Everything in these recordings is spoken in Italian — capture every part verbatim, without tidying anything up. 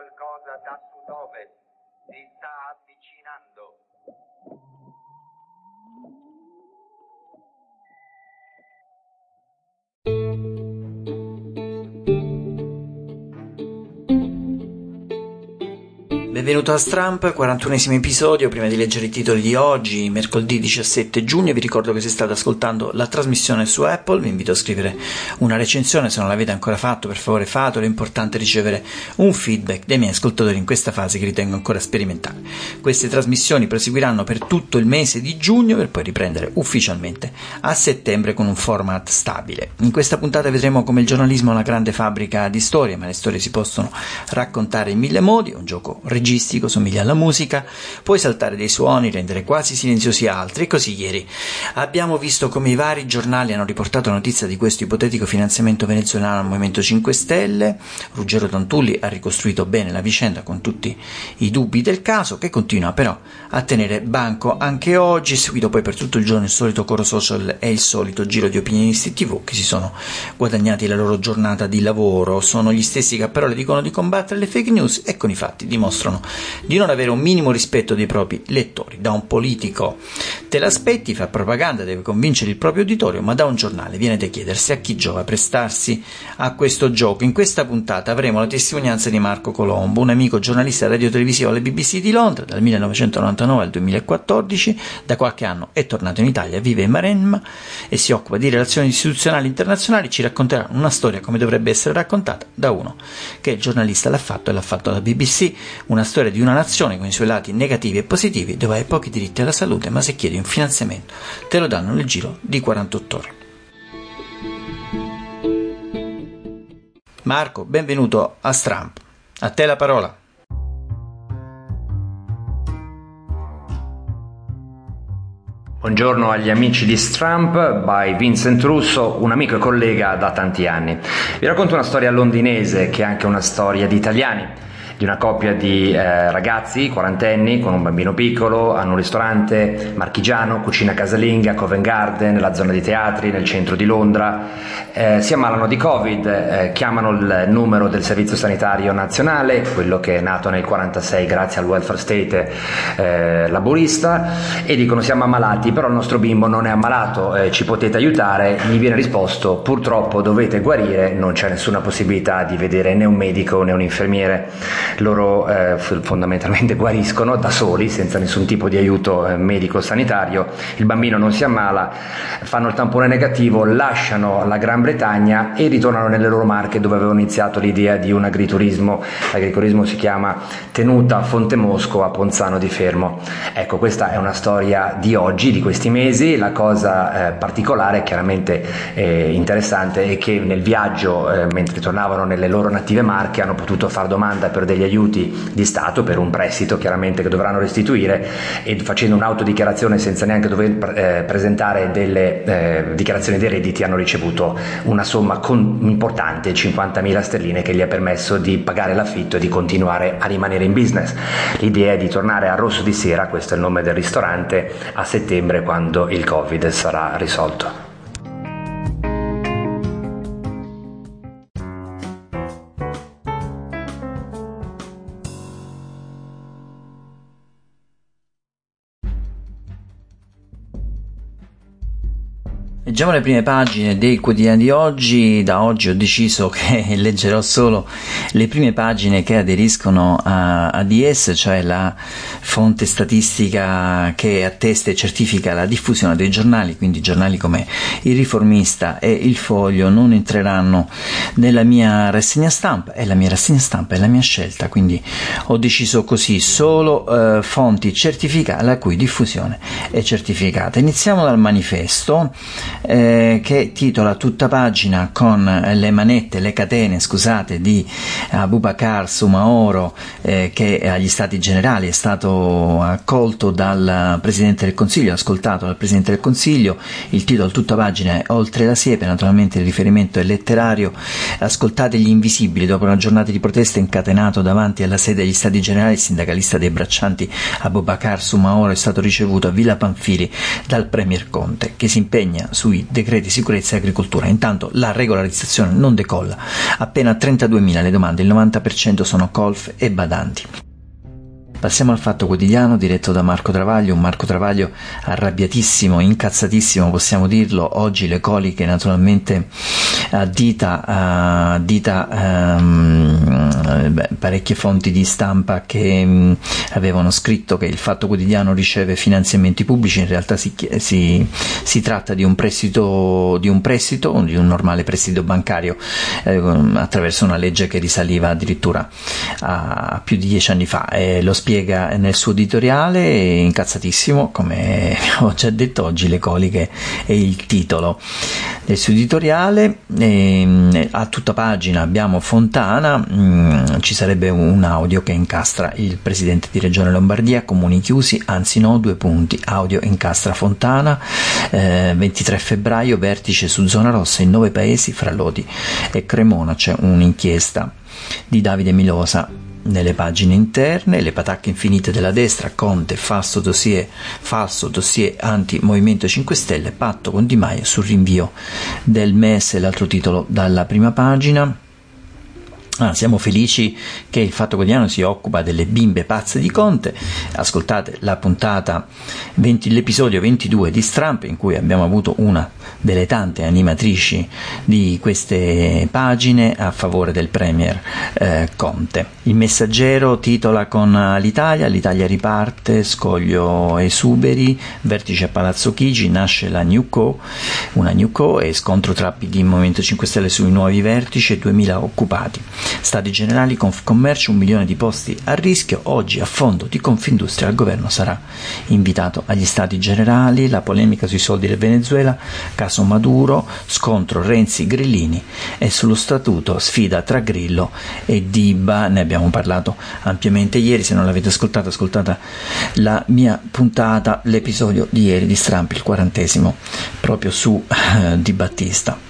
qualcosa da sud-ovest. Si sta avvicinando. Benvenuto a Stramp, quarantunesimo episodio. Prima di leggere i titoli di oggi, mercoledì diciassette giugno, vi ricordo che se state ascoltando la trasmissione su Apple, vi invito a scrivere una recensione, se non l'avete ancora fatto per favore fatelo, è importante ricevere un feedback dai miei ascoltatori in questa fase che ritengo ancora sperimentale. Queste trasmissioni proseguiranno per tutto il mese di giugno per poi riprendere ufficialmente a settembre con un format stabile. In questa puntata vedremo come il giornalismo è una grande fabbrica di storie, ma le storie si possono raccontare in mille modi, un gioco registico somiglia alla musica, puoi saltare dei suoni, rendere quasi silenziosi altri, e così ieri abbiamo visto come i vari giornali hanno riportato la notizia di questo ipotetico finanziamento venezuelano al Movimento cinque Stelle. Ruggero Tantulli ha ricostruito bene la vicenda con tutti i dubbi del caso, che continua però a tenere banco anche oggi, seguito poi per tutto il giorno il solito coro social e il solito giro di opinionisti tivù che si sono guadagnati la loro giornata di lavoro. Sono gli stessi che a parole dicono di combattere le fake news e con i fatti dimostrano di non avere un minimo rispetto dei propri lettori. Da un politico te l'aspetti, fa propaganda, deve convincere il proprio uditorio, ma da un giornale viene da chiedersi a chi giova prestarsi a questo gioco. In questa puntata avremo la testimonianza di Marco Colombo, un amico giornalista radio-televisivo alle B B C di Londra dal millenovecentonovantanove al duemilaquattordici, da qualche anno è tornato in Italia, vive in Maremma e si occupa di relazioni istituzionali internazionali. Ci racconterà una storia come dovrebbe essere raccontata da uno che il giornalista l'ha fatto e l'ha fatto alla B B C, una storia di una nazione con i suoi lati negativi e positivi, dove hai pochi diritti alla salute, ma se chiedi un finanziamento te lo danno nel giro di quarantotto ore. Marco, benvenuto a Stramp. A te la parola. Buongiorno agli amici di Stramp, by Vincent Russo, un amico e collega da tanti anni. Vi racconto una storia londinese che è anche una storia di italiani, di una coppia di eh, ragazzi quarantenni con un bambino piccolo, hanno un ristorante marchigiano, cucina casalinga, Covent Garden, nella zona dei teatri, nel centro di Londra. Eh, si ammalano di Covid, eh, chiamano il numero del Servizio Sanitario Nazionale, quello che è nato nel quarantasei grazie al welfare state eh, laburista, e dicono: siamo ammalati, però il nostro bimbo non è ammalato, eh, ci potete aiutare? Gli viene risposto: purtroppo dovete guarire, non c'è nessuna possibilità di vedere né un medico né un infermiere. Loro eh, fondamentalmente guariscono da soli, senza nessun tipo di aiuto eh, medico-sanitario. Il bambino non si ammala, fanno il tampone negativo, lasciano la Gran Bretagna e ritornano nelle loro Marche, dove avevano iniziato l'idea di un agriturismo. L'agriturismo si chiama Tenuta Fontemosco a Ponzano di Fermo. Ecco, questa è una storia di oggi, di questi mesi. La cosa eh, particolare, chiaramente eh, interessante, è che nel viaggio, eh, mentre tornavano nelle loro native Marche, hanno potuto far domanda per degli aiuti di Stato, per un prestito chiaramente che dovranno restituire, e facendo un'autodichiarazione senza neanche dover eh, presentare delle eh, dichiarazioni dei redditi hanno ricevuto una somma con, importante, cinquantamila sterline, che gli ha permesso di pagare l'affitto e di continuare a rimanere in business. L'idea è di tornare a Rosso di Sera, questo è il nome del ristorante, a settembre, quando il Covid sarà risolto. Leggiamo le prime pagine dei quotidiani di oggi. Da oggi ho deciso che leggerò solo le prime pagine che aderiscono a A D S, cioè la fonte statistica che attesta e certifica la diffusione dei giornali, quindi giornali come Il Riformista e Il Foglio non entreranno nella mia rassegna stampa, e la mia rassegna stampa è la mia scelta, quindi ho deciso così, solo eh, fonti certificate, la cui diffusione è certificata. Iniziamo dal Manifesto, Eh, che titola tutta pagina con le manette, le catene, scusate, di Abubakar Soumaoro, eh, che agli Stati Generali è stato accolto dal Presidente del Consiglio, ascoltato dal Presidente del Consiglio. Il titolo tutta pagina è Oltre la siepe, naturalmente il riferimento è letterario. Ascoltate gli invisibili, dopo una giornata di protesta incatenato davanti alla sede degli Stati Generali, il sindacalista dei braccianti Abubakar Soumaoro è stato ricevuto a Villa Pamphili dal Premier Conte, che si impegna sui sui decreti sicurezza e agricoltura. Intanto la regolarizzazione non decolla, appena trentaduemila le domande, il novanta per cento sono colf e badanti. Passiamo al Fatto Quotidiano, diretto da Marco Travaglio, un Marco Travaglio arrabbiatissimo, incazzatissimo, possiamo dirlo. Oggi le coliche naturalmente addita, addita um, beh, parecchie fonti di stampa che um, avevano scritto che il Fatto Quotidiano riceve finanziamenti pubblici. In realtà si, si, si tratta di un prestito, di un prestito, di un normale prestito bancario eh, attraverso una legge che risaliva addirittura a più di dieci anni fa. E lo spiega nel suo editoriale, incazzatissimo, come ho già detto. Oggi le coliche è il titolo del suo editoriale. E a tutta pagina abbiamo Fontana, mh, ci sarebbe un audio che incastra il presidente di Regione Lombardia, comuni chiusi, anzi no, due punti, audio incastra Fontana, eh, ventitré febbraio, vertice su zona rossa in nove paesi fra Lodi e Cremona. C'è un'inchiesta di Davide Milosa nelle pagine interne. Le patacche infinite della destra, Conte, falso dossier, falso dossier anti-Movimento cinque Stelle, patto con Di Maio sul rinvio del M E S, l'altro titolo dalla prima pagina. Ah, siamo felici che il Fatto Quotidiano si occupa delle bimbe pazze di Conte. Ascoltate la puntata venti, l'episodio ventidue di Stramp, in cui abbiamo avuto una delle tante animatrici di queste pagine a favore del premier eh, Conte. Il Messaggero titola con l'Italia, l'Italia riparte, scoglio esuberi, vertice a Palazzo Chigi, nasce la New Co, una New Co e scontro tra P D e Movimento cinque Stelle sui nuovi vertici e duemila occupati. Stati generali, Confcommercio, un milione di posti a rischio. Oggi a fondo di Confindustria il governo sarà invitato agli stati generali. La polemica sui soldi del Venezuela, caso Maduro, scontro Renzi-Grillini e sullo statuto sfida tra Grillo e Diba. Ne abbiamo parlato ampiamente ieri, se non l'avete ascoltata ascoltata la mia puntata, l'episodio di ieri di Stramp, il quarantesimo, proprio su eh, Di Battista.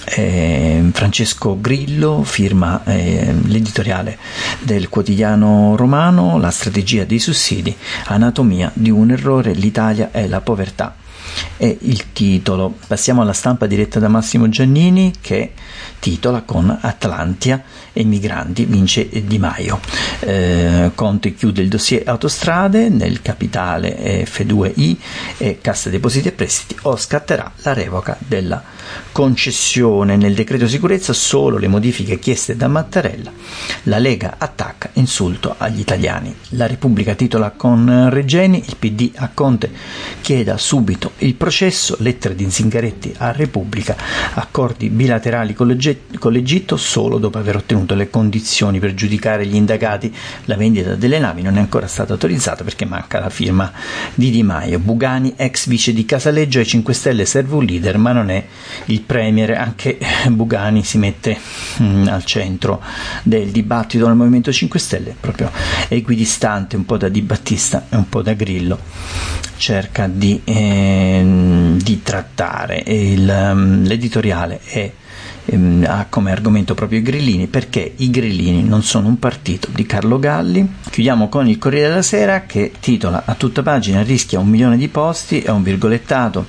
Eh, Francesco Grillo firma eh, l'editoriale del quotidiano romano, la strategia dei sussidi, anatomia di un errore, l'Italia e la povertà è il titolo. Passiamo alla Stampa diretta da Massimo Giannini, che titola con Atlantia e migranti, vince Di Maio. Eh, Conte chiude il dossier autostrade, nel capitale F due I e Cassa Depositi e Prestiti, o scatterà la revoca della concessione. Nel decreto sicurezza solo le modifiche chieste da Mattarella, la Lega attacca, insulto agli italiani. La Repubblica titola con Regeni, il P D a Conte chieda subito il processo, lettere di Zingaretti a Repubblica, accordi bilaterali con l'Egitto solo dopo aver ottenuto le condizioni per giudicare gli indagati. La vendita delle navi non è ancora stata autorizzata perché manca la firma di Di Maio. Bugani, ex vice di Casaleggio, ai cinque Stelle serve un leader ma non è il premier. Anche Bugani si mette mh, al centro del dibattito del Movimento cinque Stelle, proprio equidistante un po' da Di Battista e un po' da Grillo, cerca di, eh, di trattare. Il, um, l'editoriale è ha come argomento proprio i grillini, perché i grillini non sono un partito di Carlo Galli. Chiudiamo con il Corriere della Sera, che titola a tutta pagina: rischia un milione di posti, è un virgolettato.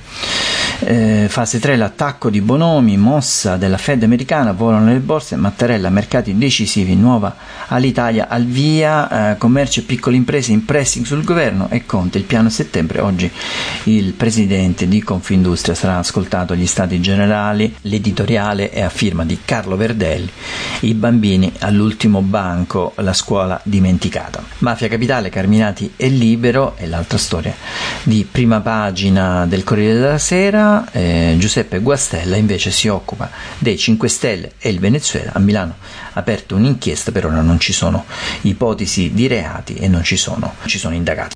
Eh, fase tre, l'attacco di Bonomi, mossa della Fed americana, volano le borse, Mattarella, mercati decisivi, nuova all'Italia al via, eh, commercio e piccole imprese in pressing sul governo e Conte, il piano a settembre. Oggi il presidente di Confindustria sarà ascoltato agli stati generali. L'editoriale è a firma di Carlo Verdelli, i bambini all'ultimo banco, la scuola dimenticata. Mafia Capitale, Carminati e Libero è l'altra storia di prima pagina del Corriere della Sera. Eh, Giuseppe Guastella invece si occupa dei cinque Stelle e il Venezuela. A Milano ha aperto un'inchiesta, per ora non ci sono ipotesi di reati e non ci sono, ci sono indagati.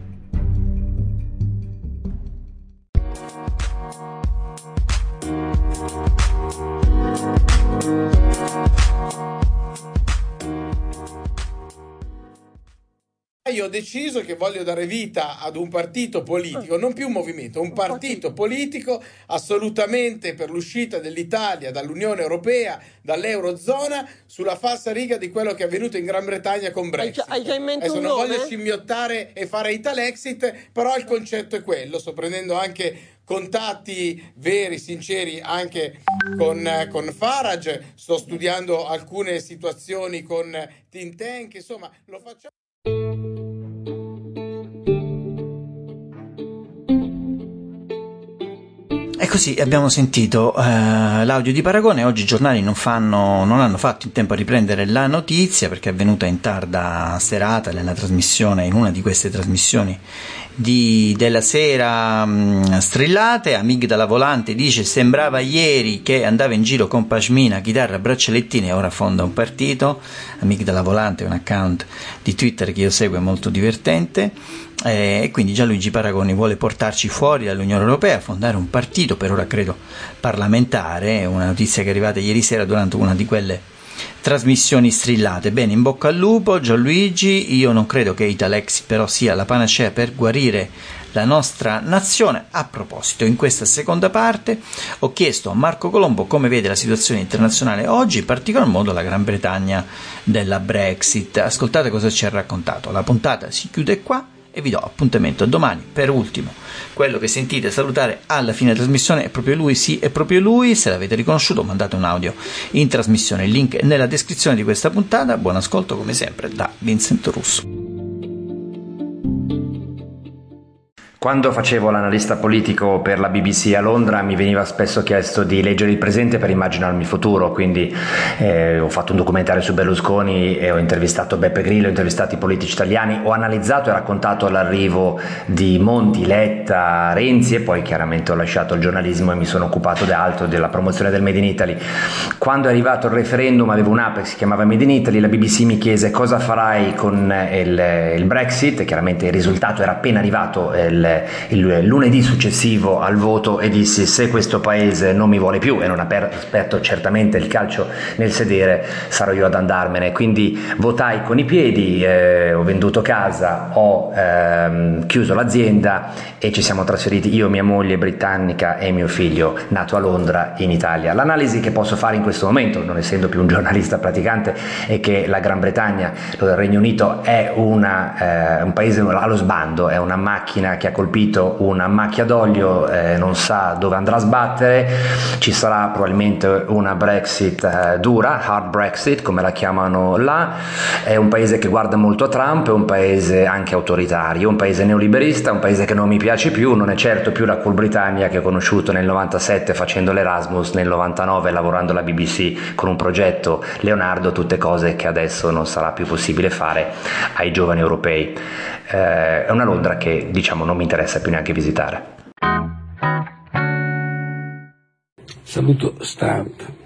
Io ho deciso che voglio dare vita ad un partito politico, non più un movimento, un partito politico assolutamente per l'uscita dell'Italia dall'Unione Europea, dall'Eurozona, sulla falsa riga di quello che è avvenuto in Gran Bretagna con Brexit. Hai già in mente Adesso un non nome? voglio scimmiottare e fare Italexit, però il concetto è quello. Sto prendendo anche contatti veri, sinceri anche con, con Farage, sto studiando alcune situazioni con think tank, insomma lo facciamo. E così abbiamo sentito eh, l'audio di Paragone. Oggi i giornali non, fanno, non hanno fatto in tempo a riprendere la notizia perché è avvenuta in tarda serata nella trasmissione, in una di queste trasmissioni di, della sera mh, strillate. Amigdala Volante dice: sembrava ieri che andava in giro con pashmina, chitarra, braccialettini e ora fonda un partito. Amigdala Volante è un account di Twitter che io seguo, è molto divertente. E quindi Gianluigi Paragone vuole portarci fuori dall'Unione Europea, fondare un partito, per ora credo parlamentare. Una notizia che è arrivata ieri sera durante una di quelle trasmissioni strillate. Bene, in bocca al lupo Gianluigi. Io non credo che Italexit però sia la panacea per guarire la nostra nazione. A proposito, in questa seconda parte ho chiesto a Marco Colombo come vede la situazione internazionale oggi, in particolar modo la Gran Bretagna della Brexit. Ascoltate cosa ci ha raccontato. La puntata si chiude qua e vi do appuntamento a domani. Per ultimo, quello che sentite salutare alla fine della trasmissione è proprio lui, sì, è proprio lui. Se l'avete riconosciuto, mandate un audio in trasmissione, il link nella descrizione di questa puntata. Buon ascolto come sempre da Vincent Russo. Quando facevo l'analista politico per la B B C a Londra mi veniva spesso chiesto di leggere il presente per immaginarmi il futuro, quindi eh, ho fatto un documentario su Berlusconi e ho intervistato Beppe Grillo, ho intervistato i politici italiani, ho analizzato e raccontato l'arrivo di Monti, Letta, Renzi e poi chiaramente ho lasciato il giornalismo e mi sono occupato di altro, della promozione del Made in Italy. Quando è arrivato il referendum avevo un'app che si chiamava Made in Italy, la B B C mi chiese cosa farai con il, il Brexit, chiaramente il risultato era appena arrivato il il lunedì successivo al voto e dissi: se questo paese non mi vuole più e non aspetto certamente il calcio nel sedere, sarò io ad andarmene. Quindi votai con i piedi, eh, ho venduto casa, ho ehm, chiuso l'azienda e ci siamo trasferiti io, mia moglie britannica e mio figlio nato a Londra in Italia. L'analisi che posso fare in questo momento, non essendo più un giornalista praticante, è che la Gran Bretagna, il Regno Unito, è una, eh, un paese allo sbando, è una macchina che ha colpito una macchia d'olio, eh, non sa dove andrà a sbattere. Ci sarà probabilmente una Brexit eh, dura, hard Brexit come la chiamano là. È un paese che guarda molto a Trump, è un paese anche autoritario, un paese neoliberista, un paese che non mi piace più, non è certo più la Cool Britannia che ho conosciuto nel novantasette facendo l'Erasmus, nel novantanove lavorando alla B B C con un progetto Leonardo, tutte cose che adesso non sarà più possibile fare ai giovani europei. Eh, è una Londra che diciamo non mi interessa più neanche visitare. Saluto Stamp.